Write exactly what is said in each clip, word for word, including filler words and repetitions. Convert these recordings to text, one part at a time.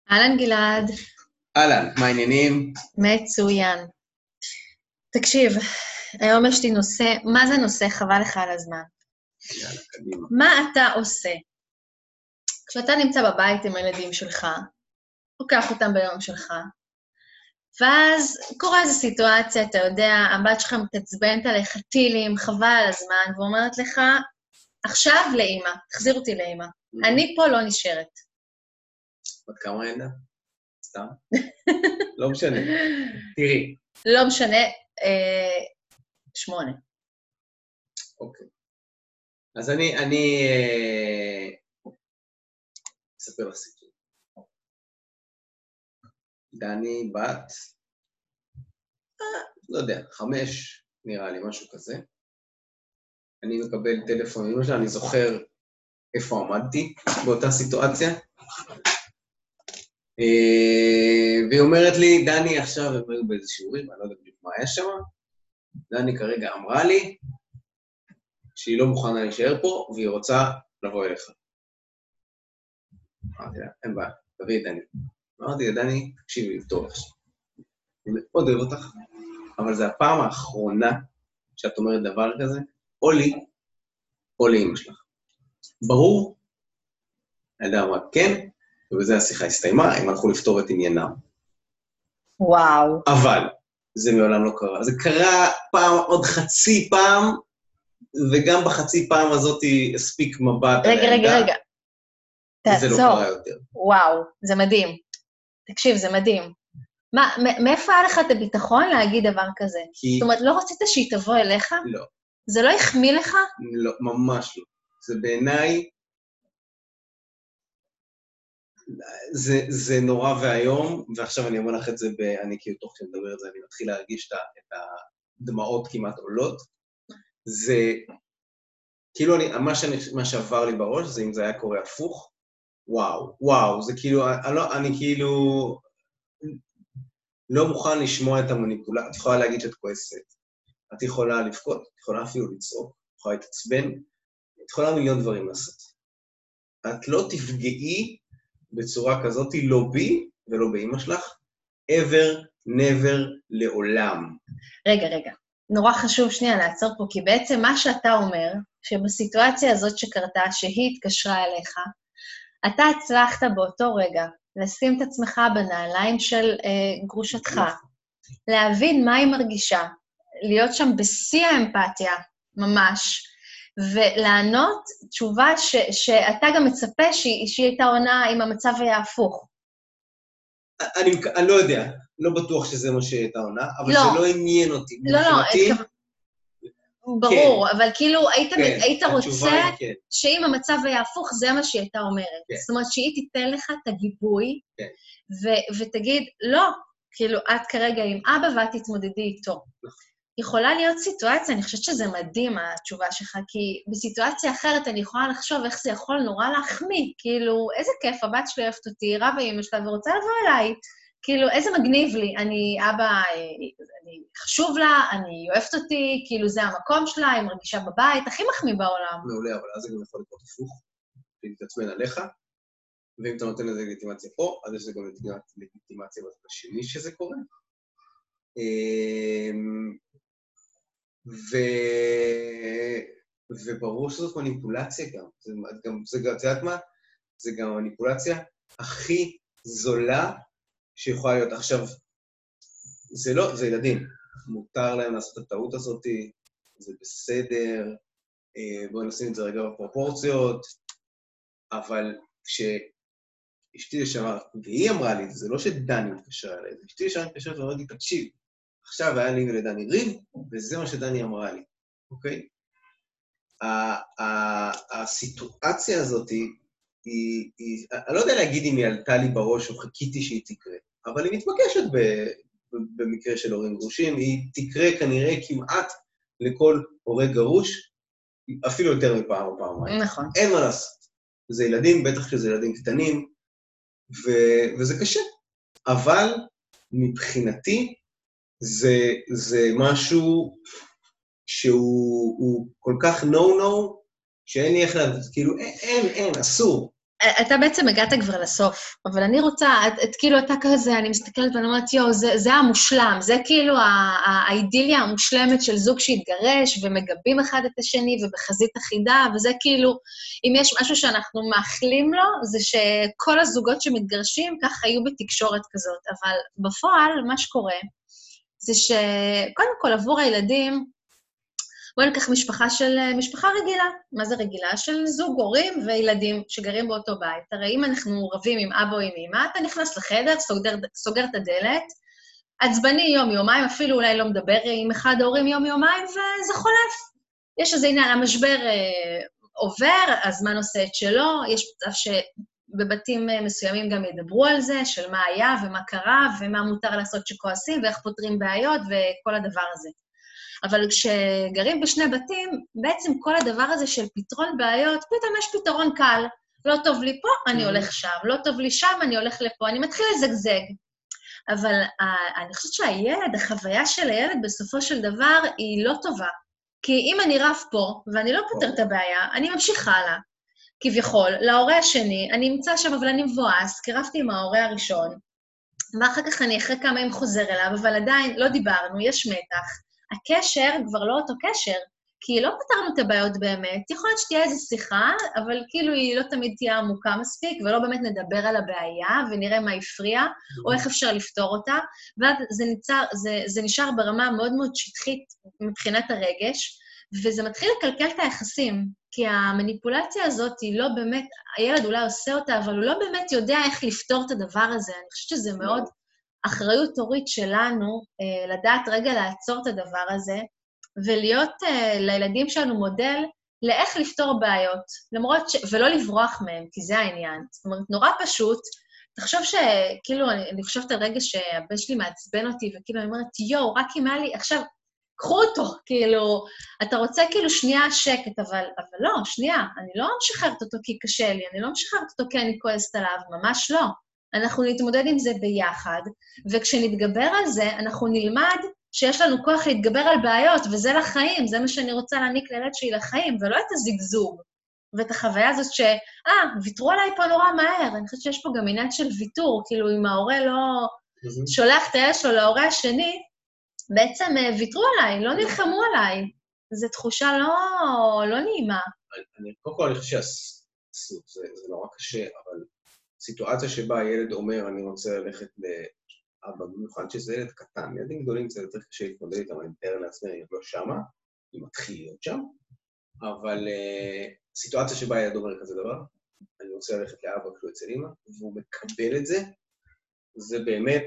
אהלן גלעד, אהלן, מה העניינים? מצוין. תקשיב, היום יש לי נושא, מה זה נושא? חבל לך על הזמן. יאללה, קדימה. מה אתה עושה? כשאתה נמצא בבית עם הילדים שלך, לוקח אותם ביום שלך, ואז קורה איזו סיטואציה, אתה יודע, הבת שלך מתעצבנת עליך טילים, חבל על הזמן, ואומרת לך, עכשיו לאמא, תחזיר אותי לאמא. אני פה לא נשארת. בת כמה ילדה? סתם? לא משנה. תראי. לא משנה, אה, שמונה. אוקיי. אז אני, אני אה, אספר לך סיפור. דני בת, אה, לא יודע, חמש, נראה לי, משהו כזה. אני מקבל טלפון מאמא שלה, אני זוכר איפה עמדתי באותה סיטואציה. אה, והיא אומרת לי, דני, עכשיו הם היו באיזה שיעורים, אני לא יודע בדיוק מה היה שם. דני כרגע אמרה לי שהיא לא מוכנה להישאר פה, והיא רוצה לבוא אליך. אמרתי לה, אין בעיה, תביאי את דני. אמרתי לה, דני, תקשיבי, טוב עכשיו. אני מאוד אוהב אותך, אבל זו הפעם האחרונה שאת אומרת דבר כזה, או לי, או לאמא שלך. ברור? הילדה אמרה, כן, ובזה השיחה הסתיימה, הם הלכו לפתור את עניינם. וואו. אבל זה מעולם לא קרה. זה קרה פעם, עוד חצי פעם, וגם בחצי פעם הזאת הספיק מבט על רגע, הילדה. רגע, רגע. וזה לא תעצור. קרה יותר. וואו, זה מדהים. תקשיב, זה מדהים. מה, מ- מאיפה היה לך את הביטחון להגיד דבר כזה? כי... זאת אומרת, לא רצית שהיא תבוא אליך? לא. זה לא החמיא לך? לא, ממש לא. זה בעיניי, זה, זה נורא והיום, ועכשיו אני אומר לך את זה, ב, אני כאילו תוך שמדבר את זה, אני מתחיל להרגיש את הדמעות כמעט עולות. זה, כאילו, אני, מה, שאני, מה שעבר לי בראש, זה אם זה היה קורה הפוך, וואו, וואו, זה כאילו, אני, לא, אני כאילו לא מוכן לשמוע את המניפולציה, את יכולה להגיד שאת כועסת, את יכולה לבכות, את יכולה אפילו לצעוק, את יכולה להתעצבן, את יכולה מיליון דברים לעשות. את לא תפגעי בצורה כזאת, לא בי ולא באמא שלך, ever, never, לעולם. רגע, רגע. נורא חשוב שנייה לעצור פה, כי בעצם מה שאתה אומר, שבסיטואציה הזאת שקרתה, שהיא התקשרה אליך, אתה הצלחת באותו רגע לשים את עצמך בנעליים של אה, גרושתך, להבין מה היא מרגישה, להיות שם בשיא האמפתיה, ממש, ולענות תשובה ש, שאתה גם מצפה שהיא, שהיא הייתה עונה אם המצב היה הפוך. אני, אני לא יודע, לא בטוח שזה מה שהייתה עונה, אבל לא. זה לא עניין אותי. לא, לא, מבחינתי, ברור, כן. אבל כאילו היית, כן, היית רוצה כן. שאם המצב היה הפוך, זה מה שהיא הייתה אומרת. כן. זאת אומרת שהיא תיתן לך את הגיבוי, כן. ו- ותגיד, לא, כאילו את כרגע עם אבא ואת תתמודדי איתו. יכולה להיות סיטואציה, אני חושבת שזה מדהים התשובה שלך, כי בסיטואציה אחרת אני יכולה לחשוב איך זה יכול נורא להחמיא, כאילו, איזה כיף, הבת שלי אוהבת אותי, רבה אמא שלה ורוצה לבוא אליי, כאילו, איזה מגניב לי, אני, אבא, אני חשוב לה, אני אוהבת אותי, כאילו, זה המקום שלה, היא מרגישה בבית, הכי מחמיא בעולם. מעולה, אבל אז זה גם יכול לקרות הפוך, להתעצבן עליך, ואם אתה נותן לזה לגיטימציה פה, אז יש לזה גם לגיטימציה בצד השני שזה קורה. ו... וברור שזאת מניפולציה גם. זה גם, זה גם, זה יודעת מה? זה גם המניפולציה הכי זולה שיכולה להיות. עכשיו, זה לא, זה ילדים. מותר להם לעשות את הטעות הזאת, זה בסדר, בואו נשים את זה רגע בפרופורציות, אבל כשאשתי לשמר, והיא אמרה לי, זה לא שדני מתקשרה אליי, זה אשתי לשמר מתקשרת ואומרת לי, תקשיב, עכשיו היה לי ולדני ריב, וזה מה שדני אמרה לי, אוקיי? הסיטואציה הזאת היא, אני לא יודע להגיד אם היא עלתה לי בראש או חיכיתי שהיא תקרה, אבל היא מתבקשת במקרה של הורים גרושים, היא תקרה כנראה כמעט לכל הורה גרוש, אפילו יותר מפעם או פעמיים. נכון. אין מה לעשות. זה ילדים, בטח שזה ילדים קטנים, וזה קשה. אבל מבחינתי, זה, זה משהו שהוא כל כך no-no, שאין לי איך להגיד, כאילו, אין, אין, אסור. אתה בעצם הגעת כבר לסוף, אבל אני רוצה, את, את כאילו אתה כזה, אני מסתכלת ואני אומרת, יו, זה, זה המושלם, זה כאילו האידיליה המושלמת של זוג שהתגרש, ומגבים אחד את השני, ובחזית אחידה, וזה כאילו, אם יש משהו שאנחנו מאחלים לו, זה שכל הזוגות שמתגרשים ככה היו בתקשורת כזאת, אבל בפועל, מה שקורה, זה שקודם כל עבור הילדים, בואי ניקח משפחה של, משפחה רגילה. מה זה רגילה? של זוג הורים וילדים שגרים באותו בית. הרי אם אנחנו רבים עם אבא או עם אמא, אתה נכנס לחדר, סוגר, סוגר את הדלת, עצבני יום-יומיים, אפילו אולי לא מדבר עם אחד ההורים יום-יומיים, וזה חולף. יש איזה עניין, המשבר אה, עובר, הזמן עושה את שלו, יש מצב שבבתים מסוימים גם ידברו על זה, של מה היה ומה קרה, ומה מותר לעשות שכועסים, ואיך פותרים בעיות, וכל הדבר הזה. אבל כשגרים בשני בתים, בעצם כל הדבר הזה של פתרון בעיות, פתאום יש פתרון קל. לא טוב לי פה, אני הולך שם. לא טוב לי שם, אני הולך לפה. אני מתחיל לזגזג. אבל אני חושבת שהילד, החוויה של הילד בסופו של דבר היא לא טובה. כי אם אני רב פה, ואני לא פותר את הבעיה, אני ממשיך הלאה. כביכול, להורה השני, אני אמצא שם, אבל אני מבואס, כי רבתי עם ההורה הראשון, ואחר כך אני אחרי כמה ימים חוזר אליו, אבל עדיין לא דיברנו, יש מתח. הקשר כבר לא אותו קשר, כי לא פתרנו את הבעיות באמת, יכול להיות שתהיה איזו שיחה, אבל כאילו היא לא תמיד תהיה עמוקה מספיק, ולא באמת נדבר על הבעיה, ונראה מה הפריע, או איך אפשר לפתור אותה, ואז זה, ניצר, זה, זה נשאר ברמה מאוד מאוד שטחית מבחינת הרגש, וזה מתחיל לקלקל את היחסים, כי המניפולציה הזאת היא לא באמת, הילד אולי עושה אותה, אבל הוא לא באמת יודע איך לפתור את הדבר הזה. אני חושבת שזה מאוד אחריות הורית שלנו, אה, לדעת רגע לעצור את הדבר הזה, ולהיות אה, לילדים שלנו מודל לאיך לפתור בעיות, למרות ש... ולא לברוח מהם, כי זה העניין. זאת אומרת, נורא פשוט, תחשוב שכאילו, אני, אני חושבת על רגע שהבן שלי מעצבן אותי, וכאילו אני אומרת, יו, רק אם היה לי, עכשיו, קחו אותו, כאילו, אתה רוצה כאילו שנייה שקט, אבל, אבל לא, שנייה, אני לא משחררת אותו כי קשה לי, אני לא משחררת אותו כי אני כועסת עליו, ממש לא. אנחנו נתמודד עם זה ביחד, וכשנתגבר על זה, אנחנו נלמד שיש לנו כוח להתגבר על בעיות, וזה לחיים, זה מה שאני רוצה להעניק לילד שלי לחיים, ולא את הזגזוג, ואת החוויה הזאת ש, אה, ויתרו עליי פה נורא מהר, אני חושבת שיש פה גם עניין של ויתור, כאילו אם ההורה לא שולח את הילד שלו להורה השני, בעצם ויתרו עליי, לא נלחמו עליי. זו תחושה לא, לא נעימה. אני, קודם כל, אני חושב שזה נורא קשה, אבל סיטואציה שבה הילד אומר, אני רוצה ללכת לאבא, במיוחד שזה ילד קטן, ילדים גדולים זה יותר קשה להתמודד איתם, אני מתאר לעצמי, אני לא שמה, אני מתחיל להיות שם, אבל סיטואציה שבה הילד אומר כזה דבר, אני רוצה ללכת לאבא כשהוא אצל אמא, והוא מקבל את זה, זה באמת,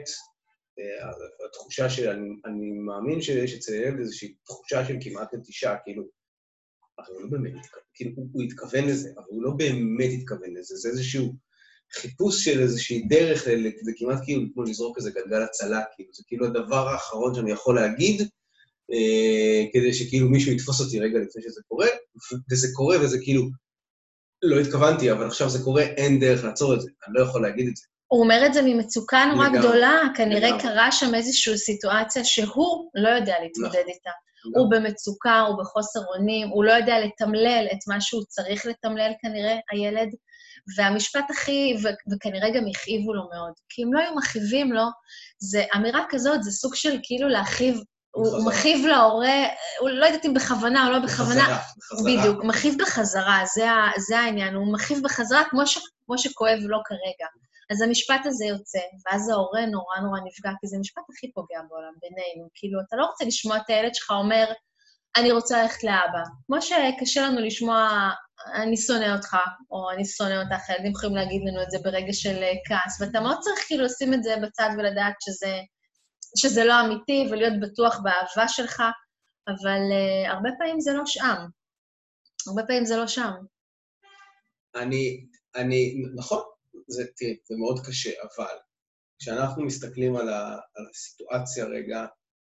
התחושה של, אני, אני מאמין שיש אצל ילד איזושהי תחושה של כמעט נטישה, כאילו, אבל הוא לא באמת התכוון, כאילו, הוא, הוא התכוון לזה, אבל הוא לא באמת התכוון לזה, זה איזשהו חיפוש של איזושהי דרך, זה כמעט כאילו כמו לזרוק איזה גלגל הצלה, כאילו, זה כאילו הדבר האחרון שאני יכול להגיד, אה, כדי שכאילו מישהו יתפוס אותי רגע לפני שזה קורה, וזה קורה וזה כאילו, לא התכוונתי, אבל עכשיו זה קורה, אין דרך לעצור את זה, אני לא יכול להגיד את זה. הוא אומר את זה ממצוקה נורא לגמרי, גדולה, כנראה לגמרי. קרה שם איזושהי סיטואציה שהוא לא יודע להתמודד לא, איתה. לא. הוא במצוקה, הוא בחוסר אונים, הוא לא יודע לתמלל את מה שהוא צריך לתמלל כנראה, הילד, והמשפט הכי, ו- וכנראה גם הכאיבו לו מאוד, כי אם לא היו מכאיבים לו, זה אמירה כזאת, זה סוג של כאילו להכאיב, הוא, הוא מכאיב להורה, הוא לא יודעת אם בכוונה או לא בכוונה, בחזרה, בחזרה. בדיוק, מכאיב בחזרה, זה, ה- זה העניין, הוא מכאיב בחזרה כמו, ש- כמו שכואב לו כרגע. אז המשפט הזה יוצא, ואז ההורה נורא נורא נפגע, כי זה משפט הכי פוגע בעולם, בינינו. כאילו, אתה לא רוצה לשמוע את הילד שלך אומר, אני רוצה ללכת לאבא. כמו שקשה לנו לשמוע, אני שונא אותך, או אני שונא אותך, הילדים יכולים להגיד לנו את זה ברגע של כעס, ואתה מאוד צריך כאילו לשים את זה בצד ולדעת שזה, שזה לא אמיתי, ולהיות בטוח באהבה שלך, אבל uh, הרבה פעמים זה לא שם. הרבה פעמים זה לא שם. אני, אני, נכון. זה, תראי, זה מאוד קשה, אבל כשאנחנו מסתכלים על, ה, על הסיטואציה רגע,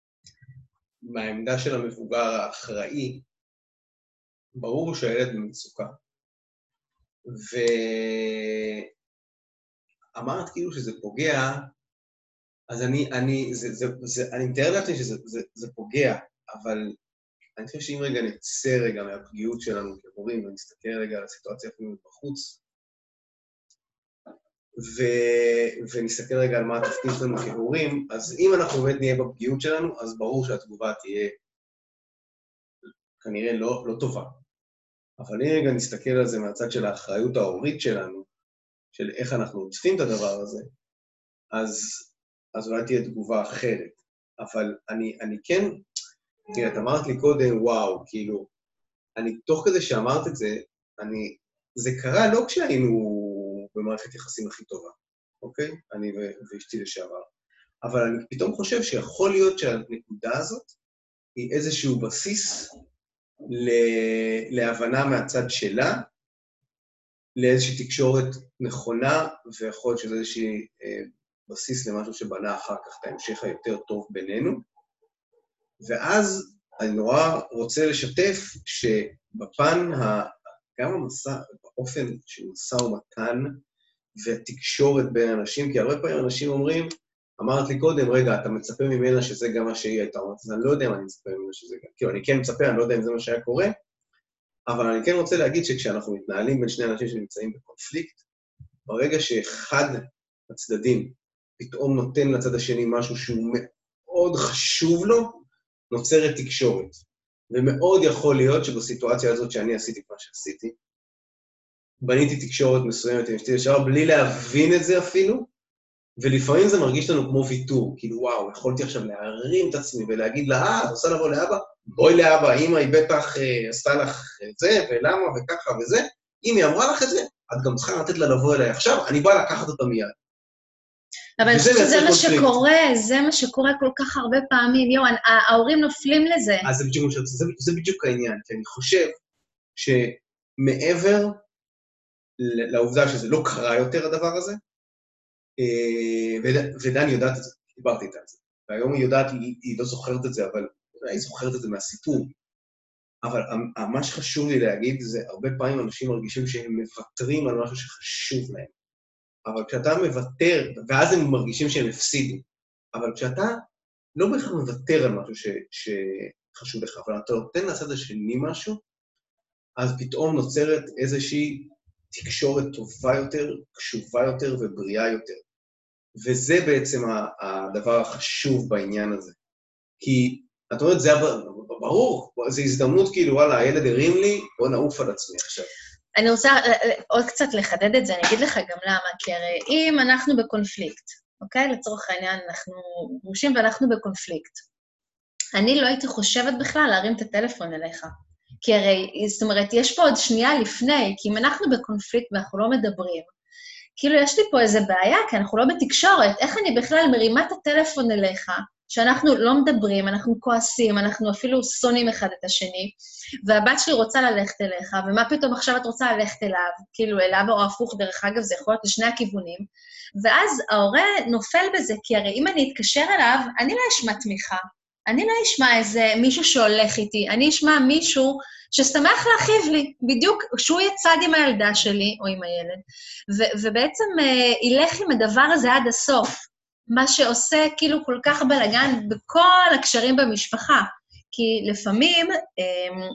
מהעמדה של המבוגר האחראי, ברור שהילד במצוקה. ואמרת כאילו שזה פוגע, אז אני, אני, זה, זה, זה, אני מתאר לעצמי שזה זה, זה פוגע, אבל אני חושב שאם רגע נצא רגע מהפגיעות שלנו כהורים, ונסתכל רגע על הסיטואציה אפילו בחוץ, ו- ונסתכל רגע על מה התפקיד שלנו כהורים, אז אם אנחנו באמת נהיה בפגיעות שלנו, אז ברור שהתגובה תהיה כנראה לא, לא טובה. אבל אם רגע נסתכל על זה מהצד של האחריות ההורית שלנו, של איך אנחנו עוטפים את הדבר הזה, אז, אז אולי תהיה תגובה אחרת. אבל אני, אני כן, תראה, את אמרת לי קודם, וואו, כאילו, אני, תוך כדי שאמרת את זה, אני, זה קרה לא כשהיינו במערכת יחסים הכי טובה, אוקיי? אני ואשתי לשעבר. אבל אני פתאום חושב שיכול להיות שהנקודה הזאת היא איזשהו בסיס להבנה מהצד שלה, לאיזושהי תקשורת נכונה, ויכול להיות שזה איזושהי בסיס למשהו שבנה אחר כך את ההמשך היותר טוב בינינו. ואז אני נורא רוצה לשתף שבפן, גם המסע, באופן של מסע ומתן והתקשורת בין אנשים, כי הרבה פעמים אנשים אומרים, אמרת לי קודם, רגע, אתה מצפה ממנה שזה גם מה שהיא הייתה, אומרת, אני לא יודע מה אני מצפה ממנה שזה גם, כאילו, אני כן מצפה, אני לא יודע אם זה מה שהיה קורה, אבל אני כן רוצה להגיד שכשאנחנו מתנהלים בין שני אנשים שנמצאים בקונפליקט, ברגע שאחד הצדדים פתאום נותן לצד השני משהו שהוא מאוד חשוב לו, נוצרת תקשורת. ומאוד יכול להיות שבסיטואציה הזאת שאני עשיתי מה שעשיתי, בניתי תקשורת מסוימת עם אשתי לשעבר, בלי להבין את זה אפילו, ולפעמים זה מרגיש לנו כמו ויתור, כאילו וואו, יכולתי עכשיו להרים את עצמי ולהגיד לה, אה, את רוצה לבוא לאבא? בואי לאבא, אמא היא בטח אה, עשתה לך את זה, ולמה, וככה וזה. אם היא אמרה לך את זה, את גם צריכה לתת לה לבוא אליי עכשיו, אני בא לקחת אותה מיד. אבל אני חושבת שזה מה שקורה, זה מה שקורה כל כך הרבה פעמים. יואן, ההורים נופלים לזה. אז זה בדיוק, זה, זה בדיוק העניין, כי אני חושב שמעבר לעובדה שזה לא קרה יותר הדבר הזה, ודני יודעת את זה, דיברתי איתה על זה. והיום היא יודעת, היא, היא לא זוכרת את זה, אבל היא זוכרת את זה מהסיפור. אבל מה שחשוב לי להגיד זה, הרבה פעמים אנשים מרגישים שהם מוותרים על משהו שחשוב להם. אבל כשאתה מוותר, ואז הם מרגישים שהם הפסידו, אבל כשאתה לא בכלל מוותר על משהו ש, שחשוב לך, אבל אתה נותן לצד השני משהו, אז פתאום נוצרת איזושהי תקשורת טובה יותר, קשובה יותר ובריאה יותר. וזה בעצם הדבר החשוב בעניין הזה. כי, את אומרת, זה ברור, זו הזדמנות כאילו, וואלה, הילד הרים לי, בוא נעוף על עצמי עכשיו. אני רוצה עוד קצת לחדד את זה, אני אגיד לך גם למה, כי הרי אם אנחנו בקונפליקט, אוקיי? לצורך העניין, אנחנו גרושים ואנחנו בקונפליקט. אני לא הייתי חושבת בכלל להרים את הטלפון אליך. כי הרי, זאת אומרת, יש פה עוד שנייה לפני, כי אם אנחנו בקונפליקט ואנחנו לא מדברים, כאילו יש לי פה איזה בעיה, כי אנחנו לא בתקשורת, איך אני בכלל מרימה את הטלפון אליך, שאנחנו לא מדברים, אנחנו כועסים, אנחנו אפילו שונאים אחד את השני, והבת שלי רוצה ללכת אליך, ומה פתאום עכשיו את רוצה ללכת אליו, כאילו אליו או הפוך, דרך אגב, זה יכול להיות לשני הכיוונים, ואז ההורה נופל בזה, כי הרי אם אני אתקשר אליו, אני לא אשמע תמיכה, אני לא אשמע איזה מישהו שהולך איתי, אני אשמע מישהו ששמח להכאיב לי, בדיוק שהוא יצד עם הילדה שלי, או עם הילד, ו- ובעצם אה, ילך עם הדבר הזה עד הסוף, מה שעושה כאילו כל כך בלגן בכל הקשרים במשפחה, כי לפעמים אה,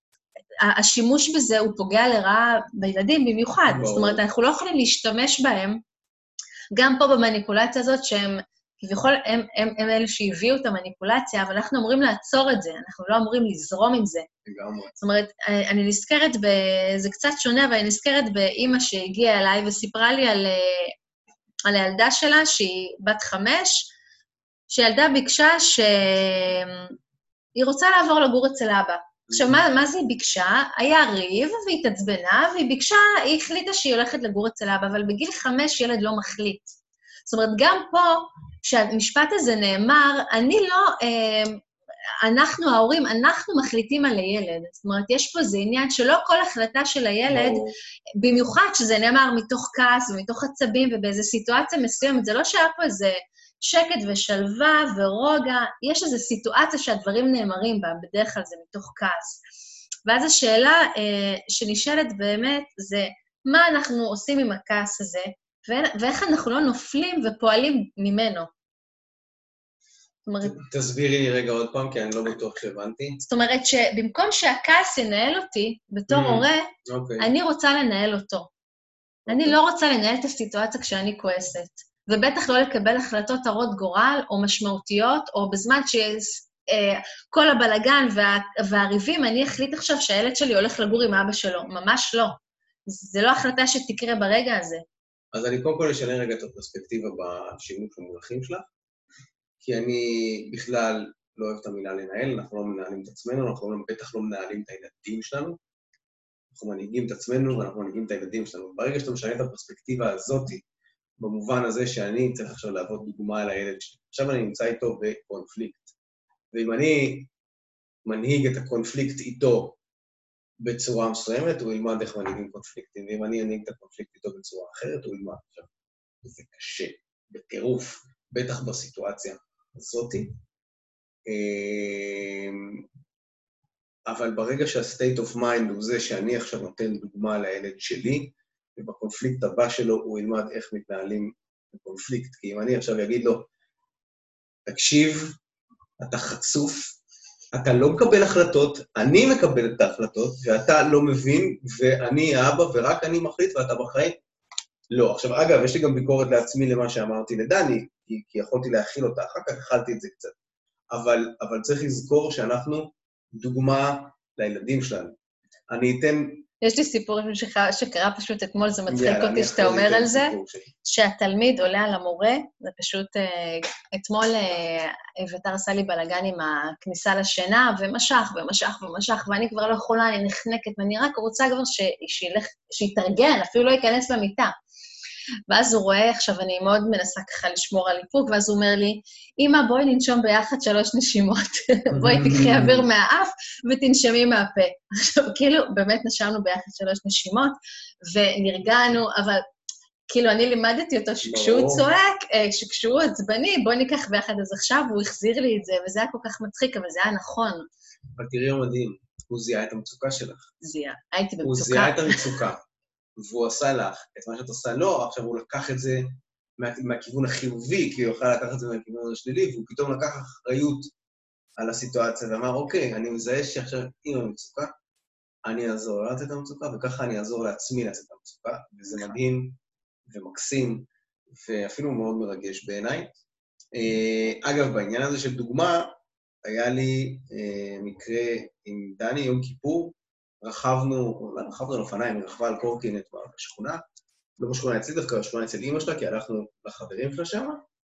השימוש בזה הוא פוגע לרעה בילדים במיוחד, זאת אומרת, אנחנו לא יכולים להשתמש בהם, גם פה במניפולציה הזאת שהם, כביכול הם, הם, הם אלה שהביאו את המניפולציה, אבל אנחנו אמורים לעצור את זה, אנחנו לא אמורים לזרום עם זה. לגמרי. זאת אומרת, אני נזכרת, ב, זה קצת שונה, אבל אני נזכרת באמא שהגיעה אליי וסיפרה לי על, על הילדה שלה, שהיא בת חמש, שהילדה ביקשה שהיא רוצה לעבור לגור אצל אבא. עכשיו, מה, מה זה היא ביקשה? היה ריב, והיא התעצבנה, והיא ביקשה, היא החליטה שהיא הולכת לגור אצל אבא, אבל בגיל חמש ילד לא מחליט. זאת אומרת, גם פה, כשהמשפט הזה נאמר, אני לא, אה, אנחנו ההורים, אנחנו מחליטים על הילד. זאת אומרת, יש פה איזה עניין שלא כל החלטה של הילד, לא. במיוחד שזה נאמר מתוך כעס ומתוך עצבים, ובאיזו סיטואציה מסוימת, זה לא שהיה פה איזה שקט ושלווה ורוגע, יש איזו סיטואציה שהדברים נאמרים בה, בדרך כלל זה מתוך כעס. ואז השאלה אה, שנשאלת באמת זה, מה אנחנו עושים עם הכעס הזה, ואיך אנחנו לא נופלים ופועלים ממנו. תסבירי לי רגע עוד פעם, כי אני לא בטוח שהבנתי. זאת אומרת שבמקום שהכעס ינהל אותי בתור הורה, אני רוצה לנהל אותו. אני לא רוצה לנהל את הסיטואציה כשאני כועסת, ובטח לא לקבל החלטות הרות גורל או משמעותיות, או בזמן שכל הבלגן וה, והריבים, אני אחליט עכשיו שהילד שלי הולך לגור עם אבא שלו. ממש לא. זה לא החלטה שתקרה ברגע הזה. אז אני קודם כל אשנה רגע את הפרספקטיבה בשימוש המונחים שלך, כי אני בכלל לא אוהב את המילה לנהל, אנחנו לא מנהלים את עצמנו, אנחנו לא, בטח לא מנהלים את הילדים שלנו, אנחנו מנהיגים את עצמנו ואנחנו מנהיגים את הילדים שלנו. ברגע שאתה משנה את הפרספקטיבה הזאת, במובן הזה שאני צריך עכשיו לעבוד דוגמה על הילד שלי. עכשיו אני נמצא איתו בקונפליקט, ואם אני מנהיג את הקונפליקט איתו בצורה מסוימת, הוא ילמד איך מנהיגים קונפליקטים, ואם אני אנהיג את הקונפליקט איתו בצורה אחרת, הוא ילמד. עכשיו, זה קשה, בטירוף, בטח בסיטואציה הזאת. אבל ברגע שה-state of mind הוא זה שאני עכשיו נותן דוגמה לילד שלי, ובקונפליקט הבא שלו הוא ילמד איך מתנהלים בקונפליקט. כי אם אני עכשיו אגיד לו, תקשיב, אתה חצוף, אתה לא מקבל החלטות, אני מקבל את ההחלטות, ואתה לא מבין, ואני האבא, ורק אני מחליט, ואתה בחיים. לא. עכשיו, אגב, יש לי גם ביקורת לעצמי למה שאמרתי לדני, כי, כי יכולתי להכיל אותה, אחר כך אכלתי את זה קצת. אבל, אבל צריך לזכור שאנחנו דוגמה לילדים שלנו. אני אתן... יש לי סיפור שקרה פשוט אתמול, זה מצחיק אותי שאתה אומר על זה, שהתלמיד עולה על המורה, זה פשוט, אתמול אביתר עשה לי בלגן עם הכניסה לשינה, ומשך ומשך ומשך, ואני כבר לא יכולה, אני נחנקת, ואני רק רוצה כבר שיתארגן, אפילו לא ייכנס למיטה. ואז הוא רואה, עכשיו אני מאוד מנסה ככה לשמור על איפוק, ואז הוא אומר לי, אמא, בואי ננשום ביחד שלוש נשימות, בואי תקחי אוויר מהאף ותנשמי מהפה. עכשיו, כאילו, באמת נשמנו ביחד שלוש נשימות, ונרגענו, אבל כאילו, אני לימדתי אותו שכשהוא צועק, שכשהוא עצבני, בואי ניקח ביחד, אז עכשיו הוא החזיר לי את זה, וזה היה כל כך מצחיק, אבל זה היה נכון. אבל תראי מדהים, הוא זיהה את המצוקה שלך. זיהה, הייתי במצוקה. הוא זיהה את המצוקה. והוא עשה לך את מה שאת עושה לו, עכשיו הוא לקח את זה מה, מהכיוון החיובי, כי הוא יוכל לקחת את זה מהכיוון השלילי, והוא פתאום לקח אחריות על הסיטואציה, ואמר, אוקיי, אני מזהה שעכשיו עם המצוקה, אני אעזור לעצת את המצוקה, וככה אני אעזור לעצמי לעצת את המצוקה, וזה מדהים ומקסים, ואפילו מאוד מרגש בעיניי. אגב, בעניין הזה של דוגמה, היה לי מקרה עם דני, יום כיפור, רכבנו, לא רכבנו על אופניים, היא רכבה על קורקינט בשכונה, לא בשכונה אצלי דווקא, בשכונה אצל אמא שלה, כי הלכנו לחברים שלה שם,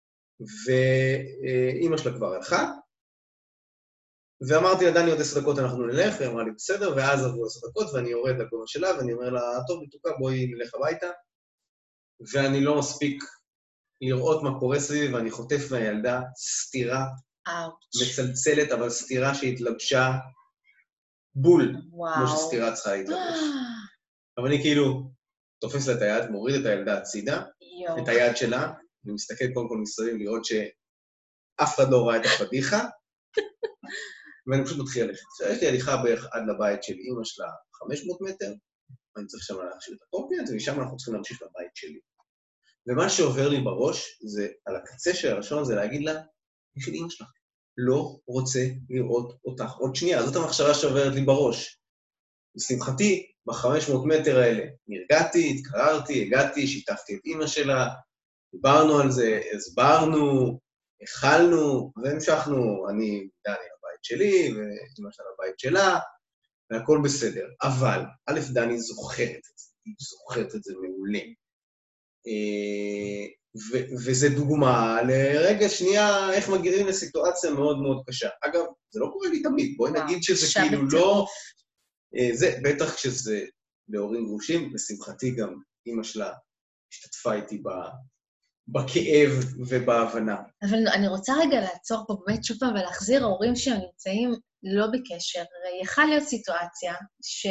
ואמא שלה כבר הלכה, ואמרתי לה, דני, עוד עשר דקות אנחנו נלך, והיא אמרה לי, בסדר, ואז עברו עשר דקות, ואני יורד לגובה שלה, ואני אומר לה, טוב, מתוקה, בואי נלך הביתה, ואני לא מספיק לראות מה קורה סביבי, ואני חוטף מהילדה סתירה, מצלצלת, אבל סתירה שהתלבשה, בול, כמו שסתירה צריכה להתלבש. אבל אני כאילו תופס לה את היד, מוריד את הילדה הצידה, את היד שלה, אני מסתכל קודם כל מסביב לראות שאף אחד לא ראה את הפדיחה, ואני פשוט מתחיל ללכת. עכשיו, יש לי הליכה בערך עד לבית של אמא שלה חמש מאות מטר, ואני צריך שם להכשיר את הקורקינט, ומשם אנחנו צריכים להמשיך לבית שלי. ומה שעובר לי בראש, זה על הקצה של הראשון, זה להגיד לה, יש לי אמא שלך. לא רוצה לראות אותך עוד שנייה. זאת המחשבה שעוברת לי בראש. לשמחתי, ב-חמש מאות מטר האלה, נרגעתי, התקררתי, הגעתי, שיתפתי את אמא שלה, דיברנו על זה, הסברנו, אכלנו, והמשכנו, אני, דני, לבית שלי, ואמא שלה לבית שלה, והכל בסדר. אבל, א', דני זוכרת את זה, היא זוכרת את זה מעולה. ו- וזה דוגמה לרגע שנייה איך מגיעים לסיטואציה מאוד מאוד קשה. אגב, זה לא קורה לי תמיד, בואי נגיד שזה כאילו לא... זה, בטח כשזה להורים גרושים, לשמחתי גם אמא שלה השתתפה איתי בכאב ובהבנה. אבל אני רוצה רגע לעצור פה באמת שוב פעם ולהחזיר ההורים שהם נמצאים לא בקשר. הרי יכולה להיות סיטואציה ש...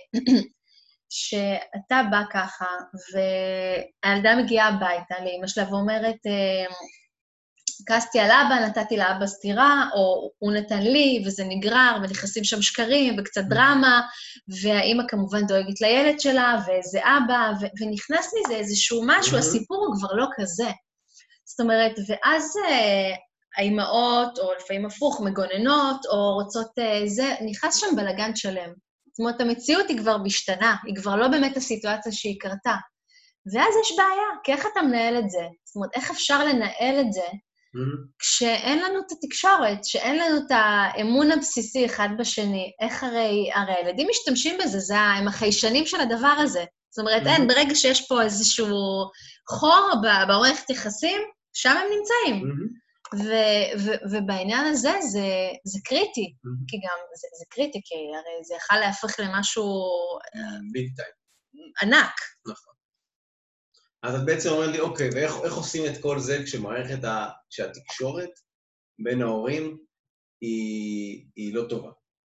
שאתה בא ככה, והילדה מגיעה הביתה לאמא שלה ואומרת, כעסתי על אבא, נתתי לאבא סתירה, או הוא נתן לי, וזה נגרר, ונכנסים שם שקרים, וקצת דרמה, והאמא כמובן דואגת לילד שלה, ואיזה אבא, ו- ונכנס מזה איזשהו משהו, הסיפור הוא כבר לא כזה. זאת אומרת, ואז האמהות, או לפעמים הפוך, מגוננות, או רוצות זה, נכנס שם בלגן שלם. זאת אומרת, המציאות היא כבר משתנה, היא כבר לא באמת הסיטואציה שהיא קרתה. ואז יש בעיה, כי איך אתה מנהל את זה? זאת אומרת, איך אפשר לנהל את זה כשאין לנו את התקשורת, שאין לנו את האמון הבסיסי אחד בשני? איך הרי, הרי הילדים משתמשים בזה, זה, הם החיישנים של הדבר הזה. זאת אומרת, אין, ברגע שיש פה איזשהו חור במערכת יחסים, שם הם נמצאים. ו- ו- ובעניין הזה זה, זה קריטי, כי גם זה, זה קריטי, כי הרי זה יכול להפך למשהו ביג טיים. ענק. נכון. אז את בעצם אומרת לי, אוקיי, ואיך איך עושים את כל זה כשמערכת ה, כשהתקשורת בין ההורים היא, היא לא טובה?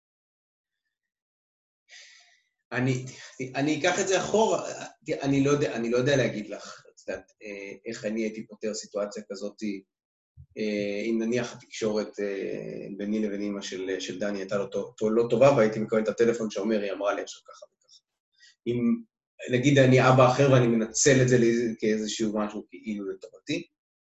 אני, אני אקח את זה אחורה, אני לא יודע, אני לא יודע להגיד לך, את יודעת, איך אני הייתי פותר סיטואציה כזאת, אם נניח התקשורת ביני לבין אמא של, של דני הייתה לא, לא טובה, והייתי מקבל את הטלפון שאומר, היא אמרה לי עכשיו ככה וככה. אם נגיד אני אבא אחר ואני מנצל את זה כאיזשהו משהו כאילו לטובתי,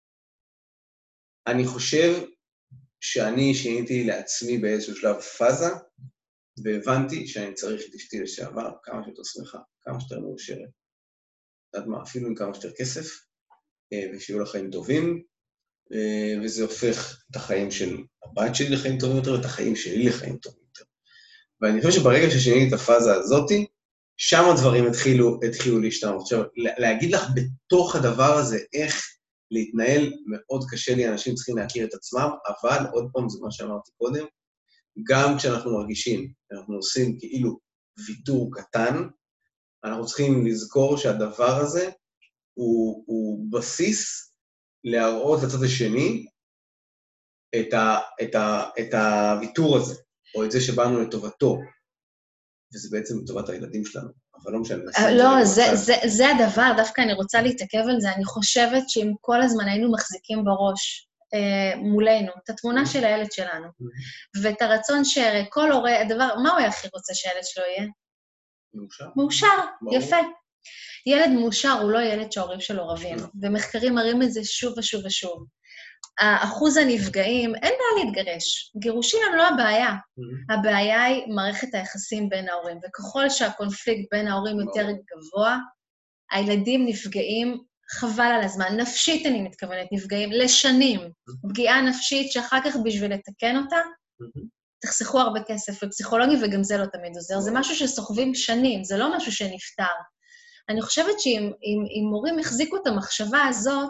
אני חושב שאני שיניתי לעצמי באיזשהו שלב פאזה, והבנתי שאני צריך את אשתי לשעבר, כמה שיותר שמחה, כמה שיותר מאושרת. יודעת מה, אפילו עם כמה שיותר כסף, ושיהיו לה חיים טובים, וזה הופך את החיים של הבת שלי לחיים טובים יותר, ואת החיים שלי לחיים טובים יותר. ואני חושב שברגע ששיניתי את הפאזה הזאת, שם הדברים התחילו, התחילו להשתנות. עכשיו, להגיד לך בתוך הדבר הזה איך להתנהל מאוד קשה לי, אנשים צריכים להכיר את עצמם, אבל עוד פעם זה מה שאמרתי קודם, גם כשאנחנו מרגישים, אנחנו עושים כאילו ויתור קטן, אנחנו צריכים לזכור שהדבר הזה הוא, הוא בסיס להראות לצד השני את, ה, את, ה, את הוויתור הזה, או את זה שבאנו לטובתו, וזה בעצם לטובת הילדים שלנו, אבל לא משנה. לא, זה, זה, זה הדבר, דווקא אני רוצה להתעכב על זה, אני חושבת שאם כל הזמן היינו מחזיקים בראש אה, מולנו, את התמונה של הילד שלנו, ואת הרצון שכל הורה, הדבר, מה הוא הכי רוצה שהילד שלו יהיה? מאושר. מאושר, יפה. ילד מאושר הוא לא ילד שההורים שלו רבים, ומחקרים מראים את זה שוב ושוב ושוב. האחוז הנפגעים, אין בעיה להתגרש. גירושים הם לא הבעיה. הבעיה היא מערכת היחסים בין ההורים, וככל שהקונפליקט בין ההורים יותר גבוה, הילדים נפגעים חבל על הזמן. נפשית אני מתכוונת, נפגעים לשנים. פגיעה נפשית שאחר כך בשביל לתקן אותה, תחסכו הרבה כסף לפסיכולוגי, וגם זה לא תמיד עוזר. זה משהו שסוחבים שנים, זה לא משהו שנפטר. אני חושבת שאם אם, אם מורים החזיקו את המחשבה הזאת,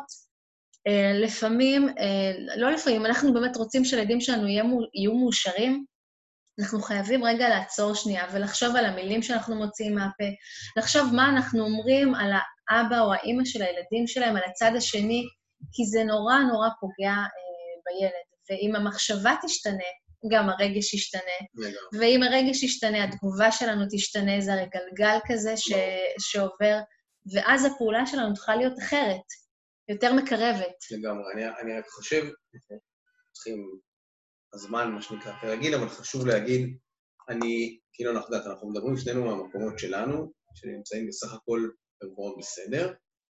לפעמים, לא לפעמים, אנחנו באמת רוצים שהילדים שלנו יהיו מאושרים, אנחנו חייבים רגע לעצור שנייה ולחשוב על המילים שאנחנו מוציאים מהפה, לחשוב מה אנחנו אומרים על האבא או האמא של הילדים שלהם, על הצד השני, כי זה נורא נורא פוגע בילד. ואם המחשבה תשתנה, גם הרגש ישתנה, ואם הרגש ישתנה, התגובה שלנו תשתנה, זה הרי גלגל כזה ש... שעובר, ואז הפעולה שלנו תוכל להיות אחרת. יותר מקרבת. לגמרי, אני, אני רק חושב, צריכים הזמן, מה שנקרא, כרגיל, אבל חשוב להגיד, אני, כאילו אנחנו יודעת, אנחנו מדברים שנינו מהמקומות שלנו, שנמצאים בסך הכל מאוד בסדר.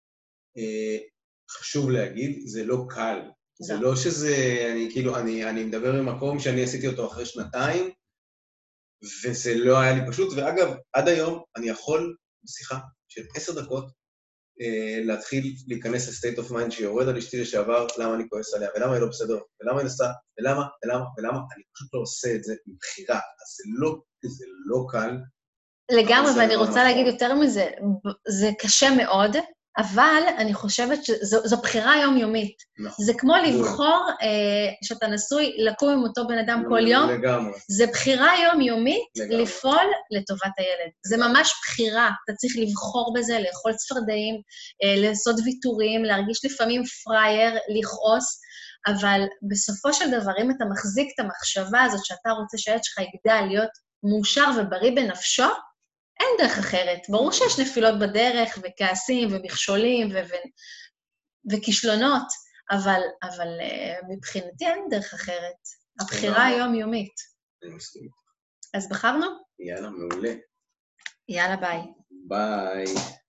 חשוב להגיד, זה לא קל. זה לא שזה, אני כאילו, אני, אני מדבר במקום שאני עשיתי אותו אחרי שנתיים, וזה לא היה לי פשוט, ואגב, עד היום אני יכול, בשיחה של עשר דקות, להתחיל להיכנס ל-state of mind שיורד על אשתי לשעבר, למה אני כועס עליה, ולמה היא לא בסדר, ולמה היא נסעה, ולמה, ולמה, ולמה, אני פשוט לא עושה את זה מבחירה, אז זה לא, זה לא קל. לגמרי, ואני רוצה להגיד יותר מזה, זה קשה מאוד, אבל אני חושבת שזו בחירה יומיומית. זה כמו לבחור שאתה נשוי לקום עם אותו בן אדם כל יום, זה בחירה יומיומית לפעול לטובת הילד. זה ממש בחירה, אתה צריך לבחור בזה, לאכול צפרדעים, לעשות ויתורים, להרגיש לפעמים פרייר, לכעוס, אבל בסופו של דבר, אם אתה מחזיק את המחשבה הזאת שאתה רוצה שהילד שלך יגדל להיות מאושר ובריא בנפשו, אין דרך אחרת. ברור שיש נפילות בדרך, וכעסים, ומכשולים, ו- ו- וכישלונות, אבל, אבל uh, מבחינתי אין דרך אחרת. הבחירה היומיומית. אני מסכים. אז בחרנו? יאללה, מעולה. יאללה, ביי. ביי.